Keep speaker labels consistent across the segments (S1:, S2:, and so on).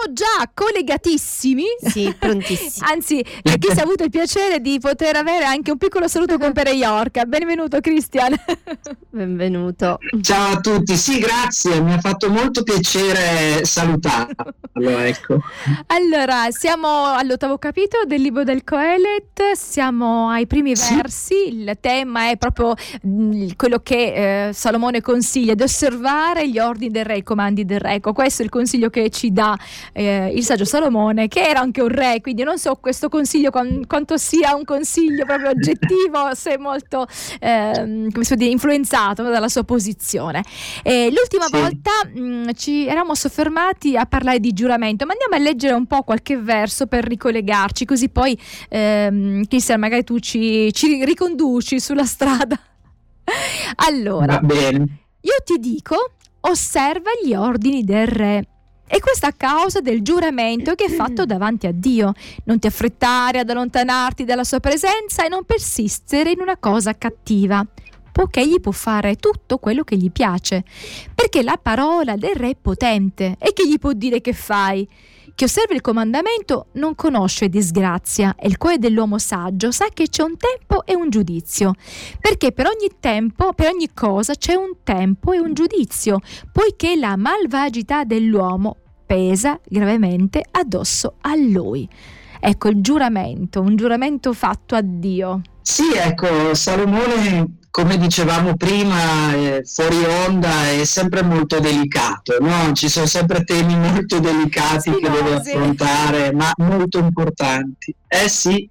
S1: già collegatissimi.
S2: Sì, prontissimi.
S1: Anzi, chi si è avuto il piacere di poter avere anche un piccolo saluto con Pere Iorca. Benvenuto Christian.
S2: Benvenuto.
S3: Ciao a tutti, sì, grazie, mi ha fatto molto piacere salutarlo, ecco.
S1: Allora, siamo all'8° capitolo del libro del Coelet, siamo ai primi versi, il tema è proprio quello che Salomone consiglia, di osservare gli ordini del re, i comandi del re. Ecco, questo è il consiglio che ci dà il saggio Salomone, che era anche un re, quindi non so questo consiglio quanto sia un consiglio proprio oggettivo, se molto come si può dire, influenzato dalla sua posizione. L'ultima volta ci eravamo soffermati a parlare di giuramento, ma andiamo a leggere un po' qualche verso per ricollegarci, così poi Cristian magari tu ci riconduci sulla strada. Allora,
S3: va bene.
S1: Io ti dico, osserva gli ordini del re. E questo a causa del giuramento che è fatto davanti a Dio. Non ti affrettare ad allontanarti dalla sua presenza e non persistere in una cosa cattiva, poiché egli può fare tutto quello che gli piace, perché la parola del re è potente. E che gli può dire che fai? Chi osserva il comandamento non conosce disgrazia, e il cuore dell'uomo saggio sa che c'è un tempo e un giudizio, perché per ogni tempo, per ogni cosa c'è un tempo e un giudizio, poiché la malvagità dell'uomo pesa gravemente addosso a lui. Ecco il giuramento, un giuramento fatto a Dio.
S3: Sì, ecco, Salomone, come dicevamo prima, fuori onda, è sempre molto delicato, no? Ci sono sempre temi molto delicati che deve affrontare, ma molto importanti. Sì.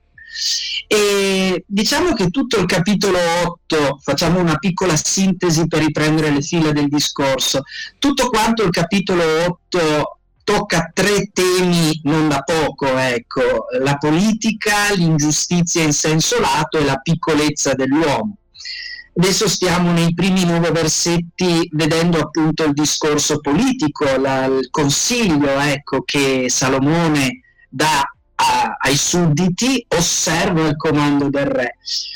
S3: E diciamo che tutto il capitolo 8, facciamo una piccola sintesi per riprendere le fila del discorso, tutto quanto il capitolo 8 tocca 3 temi non da poco, ecco, la politica, l'ingiustizia in senso lato e la piccolezza dell'uomo. Adesso stiamo nei primi 9 versetti vedendo appunto il discorso politico, il consiglio, ecco, che Salomone dà ai sudditi: osserva il comando del re.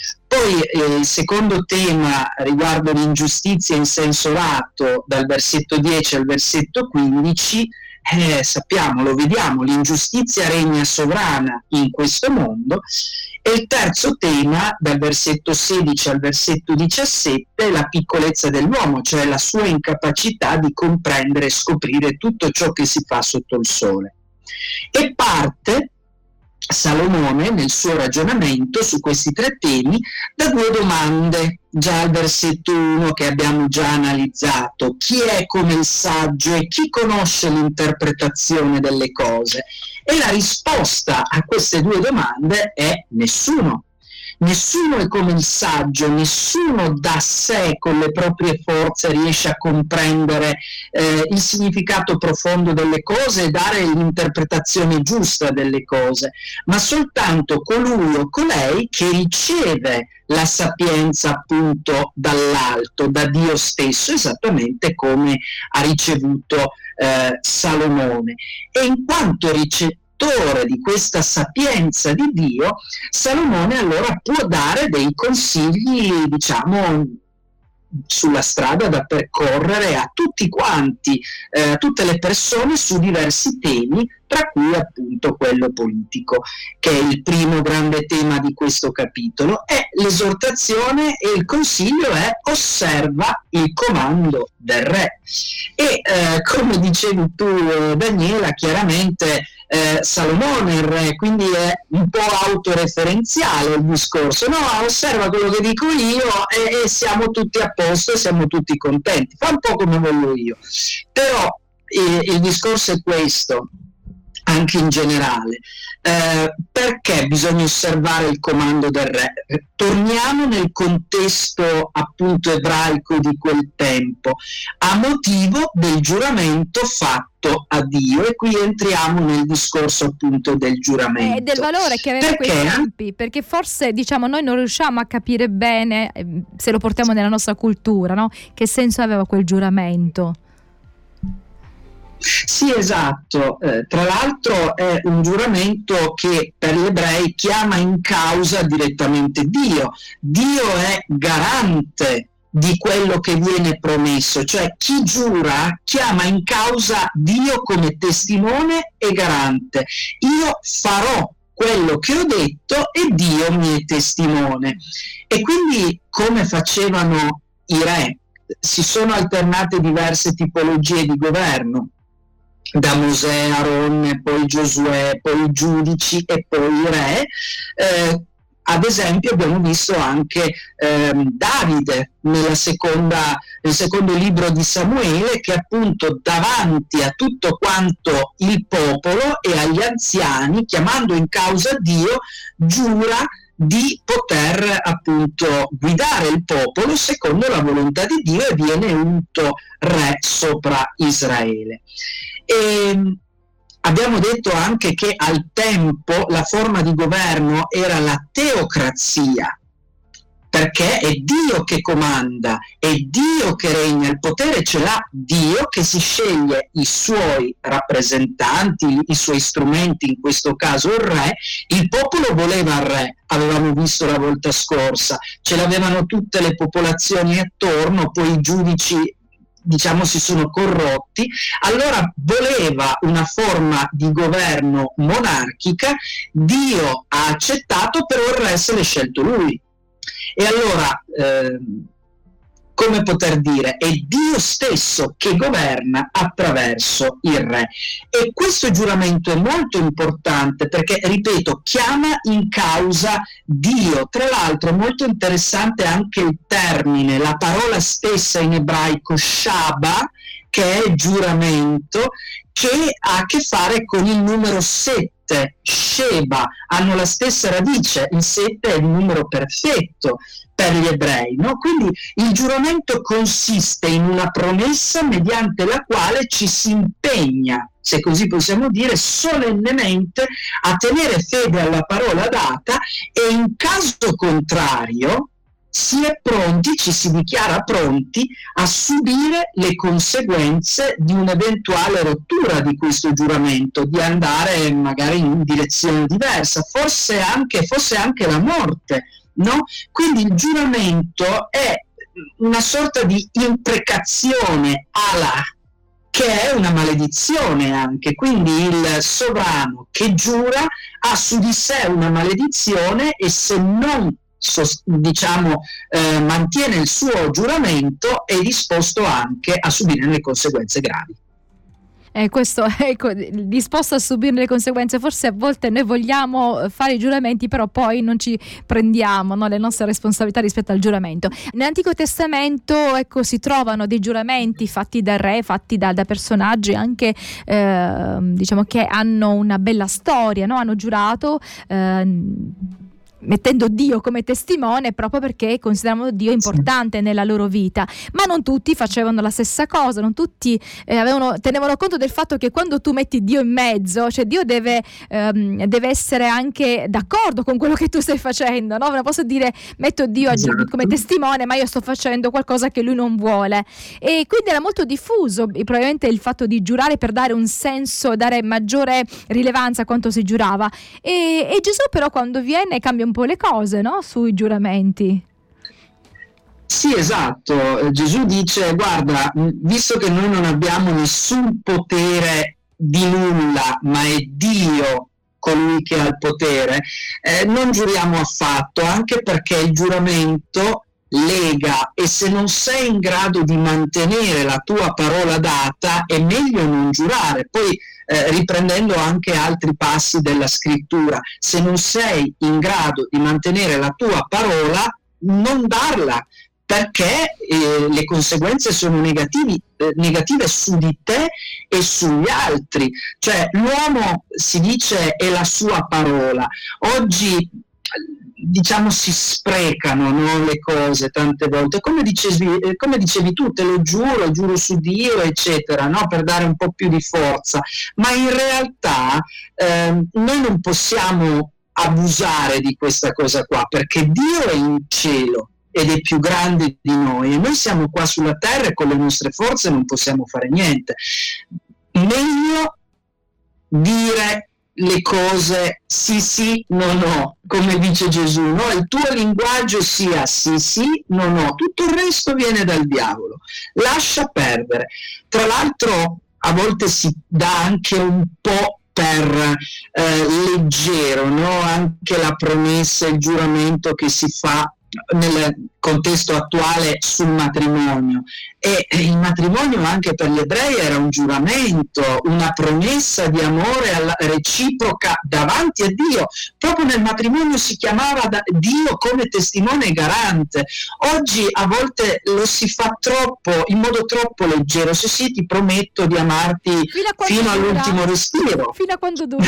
S3: Poi il secondo tema riguardo l'ingiustizia in senso lato, dal versetto 10 al versetto 15, sappiamo, lo vediamo, l'ingiustizia regna sovrana in questo mondo. E il terzo tema, dal versetto 16 al versetto 17, è la piccolezza dell'uomo, cioè la sua incapacità di comprendere e scoprire tutto ciò che si fa sotto il sole. E parte Salomone nel suo ragionamento su questi 3 temi da 2 domande, già al versetto 1 che abbiamo già analizzato: chi è come il saggio e chi conosce l'interpretazione delle cose? E la risposta a queste 2 domande è nessuno. Nessuno è come il saggio, nessuno da sé con le proprie forze riesce a comprendere il significato profondo delle cose e dare l'interpretazione giusta delle cose, ma soltanto colui o colei che riceve la sapienza appunto dall'alto, da Dio stesso, esattamente come ha ricevuto Salomone. E in quanto di questa sapienza di Dio, Salomone allora può dare dei consigli, diciamo, sulla strada da percorrere a tutti quanti, tutte le persone su diversi temi, tra cui appunto quello politico, che è il primo grande tema di questo capitolo. E l'esortazione e il consiglio è: osserva il comando del re. E come dicevi tu, Daniela, chiaramente Salomone il re, quindi è un po' autoreferenziale il discorso, no? Osserva quello che dico io e siamo tutti a posto e siamo tutti contenti, fa un po' come voglio io. Però il discorso è questo, anche in generale. Perché bisogna osservare il comando del re? Torniamo nel contesto appunto ebraico di quel tempo, a motivo del giuramento fatto a Dio, e qui entriamo nel discorso appunto del giuramento.
S1: E del valore che aveva quei tempi, perché forse diciamo noi non riusciamo a capire bene, se lo portiamo nella nostra cultura, no? Che senso aveva quel giuramento?
S3: Sì, esatto. Tra l'altro è un giuramento che per gli ebrei chiama in causa direttamente Dio. Dio è garante di quello che viene promesso, cioè chi giura chiama in causa Dio come testimone e garante. Io farò quello che ho detto e Dio mi è testimone. E quindi, come facevano i re, si sono alternate diverse tipologie di governo, da Mosè, Aronne, poi Giosuè, poi i giudici e poi i re. Ad esempio abbiamo visto anche Davide nel secondo libro di Samuele, che appunto davanti a tutto quanto il popolo e agli anziani, chiamando in causa Dio, giura di poter appunto guidare il popolo secondo la volontà di Dio e viene unto re sopra Israele. E abbiamo detto anche che al tempo la forma di governo era la teocrazia, perché è Dio che comanda, è Dio che regna, il potere ce l'ha Dio, che si sceglie i suoi rappresentanti, i suoi strumenti, in questo caso il re. Il popolo voleva il re, avevamo visto la volta scorsa, ce l'avevano tutte le popolazioni attorno, poi i giudici si sono corrotti, allora voleva una forma di governo monarchica, Dio ha accettato, però il re se l'è scelto lui. E allora, come poter dire, è Dio stesso che governa attraverso il re. E questo giuramento è molto importante perché, ripeto, chiama in causa Dio. Tra l'altro è molto interessante anche il termine, la parola stessa in ebraico shaba, che è giuramento, che ha a che fare con il numero 7. Sheba, hanno la stessa radice, il 7 è il numero perfetto per gli ebrei, no? Quindi il giuramento consiste in una promessa mediante la quale ci si impegna, se così possiamo dire, solennemente a tenere fede alla parola data, e in caso contrario si è pronti, ci si dichiara pronti a subire le conseguenze di un'eventuale rottura di questo giuramento, di andare magari in direzione diversa, fosse anche la morte, no? Quindi il giuramento è una sorta di imprecazione Allah, che è una maledizione anche. Quindi il sovrano che giura ha su di sé una maledizione, e se non mantiene il suo giuramento è disposto anche a subire le conseguenze gravi.
S1: Questo, disposto a subire le conseguenze. Forse a volte noi vogliamo fare i giuramenti, però poi non ci prendiamo, no, le nostre responsabilità rispetto al giuramento. Nell'Antico Testamento si trovano dei giuramenti fatti da re, fatti da personaggi anche che hanno una bella storia, no? Hanno giurato mettendo Dio come testimone, proprio perché consideravano Dio importante nella loro vita. Ma non tutti facevano la stessa cosa, non tutti tenevano conto del fatto che quando tu metti Dio in mezzo, cioè Dio deve essere anche d'accordo con quello che tu stai facendo, no? Non posso dire metto Dio come testimone, ma io sto facendo qualcosa che lui non vuole. E quindi era molto diffuso probabilmente il fatto di giurare per dare un senso, dare maggiore rilevanza a quanto si giurava. E Gesù però, quando viene, cambia un po' le cose, no? Sui giuramenti.
S3: Sì, esatto. Gesù dice: guarda, visto che noi non abbiamo nessun potere di nulla, ma è Dio colui che ha il potere, non giuriamo affatto, anche perché il giuramento lega, e se non sei in grado di mantenere la tua parola data è meglio non giurare. Poi riprendendo anche altri passi della scrittura, se non sei in grado di mantenere la tua parola, non darla, perché le conseguenze sono negative su di te e sugli altri. Cioè l'uomo, si dice, è la sua parola. Oggi si sprecano, no, le cose tante volte, come dicevi tu, te lo giuro su Dio, eccetera, no, per dare un po' più di forza, ma in realtà noi non possiamo abusare di questa cosa qua, perché Dio è in cielo ed è più grande di noi, e noi siamo qua sulla terra e con le nostre forze non possiamo fare niente. Meglio dire le cose sì, no, come dice Gesù, no? Il tuo linguaggio sia sì, no, tutto il resto viene dal diavolo, lascia perdere. Tra l'altro a volte si dà anche un po' per leggero, no? Anche la promessa, il giuramento che si fa nel contesto attuale sul matrimonio, e il matrimonio anche per gli ebrei era un giuramento, una promessa di amore reciproca davanti a Dio. Proprio nel matrimonio si chiamava Dio come testimone garante. Oggi a volte lo si fa in modo troppo leggero. Sì, ti prometto di amarti fino all'ultimo respiro.
S1: Fino a quando dura.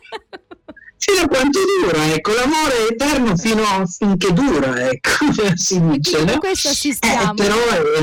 S3: Fino a quanto dura, ecco, l'amore è eterno finché dura, ecco, si dice, no?
S1: Questo assistiamo.
S3: Però è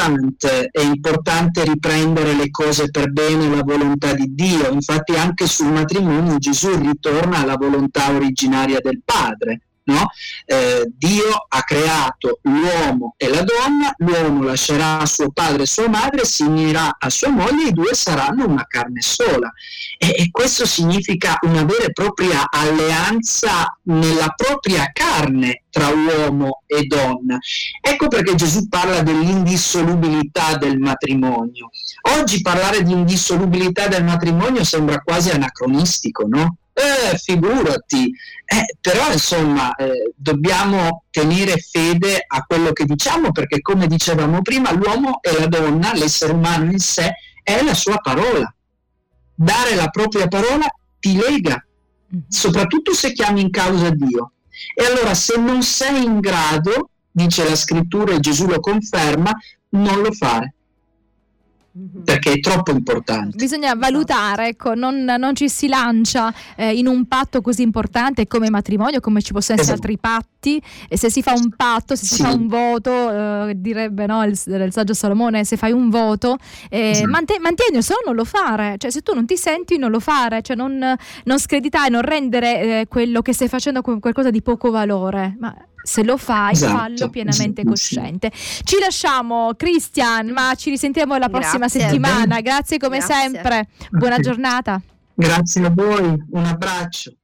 S3: importante riprendere le cose per bene, la volontà di Dio. Infatti anche sul matrimonio Gesù ritorna alla volontà originaria del Padre, no? Dio ha creato l'uomo e la donna, l'uomo lascerà suo padre e sua madre, si unirà a sua moglie, i due saranno una carne sola, e questo significa una vera e propria alleanza nella propria carne tra uomo e donna. Ecco perché Gesù parla dell'indissolubilità del matrimonio. Oggi parlare di indissolubilità del matrimonio sembra quasi anacronistico, no? Figurati, però insomma dobbiamo tenere fede a quello che diciamo, perché come dicevamo prima, l'uomo e la donna, l'essere umano in sé, è la sua parola. Dare la propria parola ti lega, soprattutto se chiami in causa Dio. E allora se non sei in grado, dice la scrittura e Gesù lo conferma, non lo fare, perché è troppo importante.
S1: Bisogna valutare, ecco, non ci si lancia in un patto così importante come matrimonio, come ci possono essere altri patti, e se si fa un patto, se si fa un voto, direbbe, no, il saggio Salomone, se fai un voto mantieni, se no non lo fare, cioè se tu non ti senti non lo fare, cioè non screditare, non rendere quello che stai facendo qualcosa di poco valore, ma se lo fai, fallo pienamente cosciente. Ci lasciamo, Christian, ma ci risentiamo la prossima settimana. Grazie come sempre. Buona giornata.
S3: Grazie a voi, un abbraccio.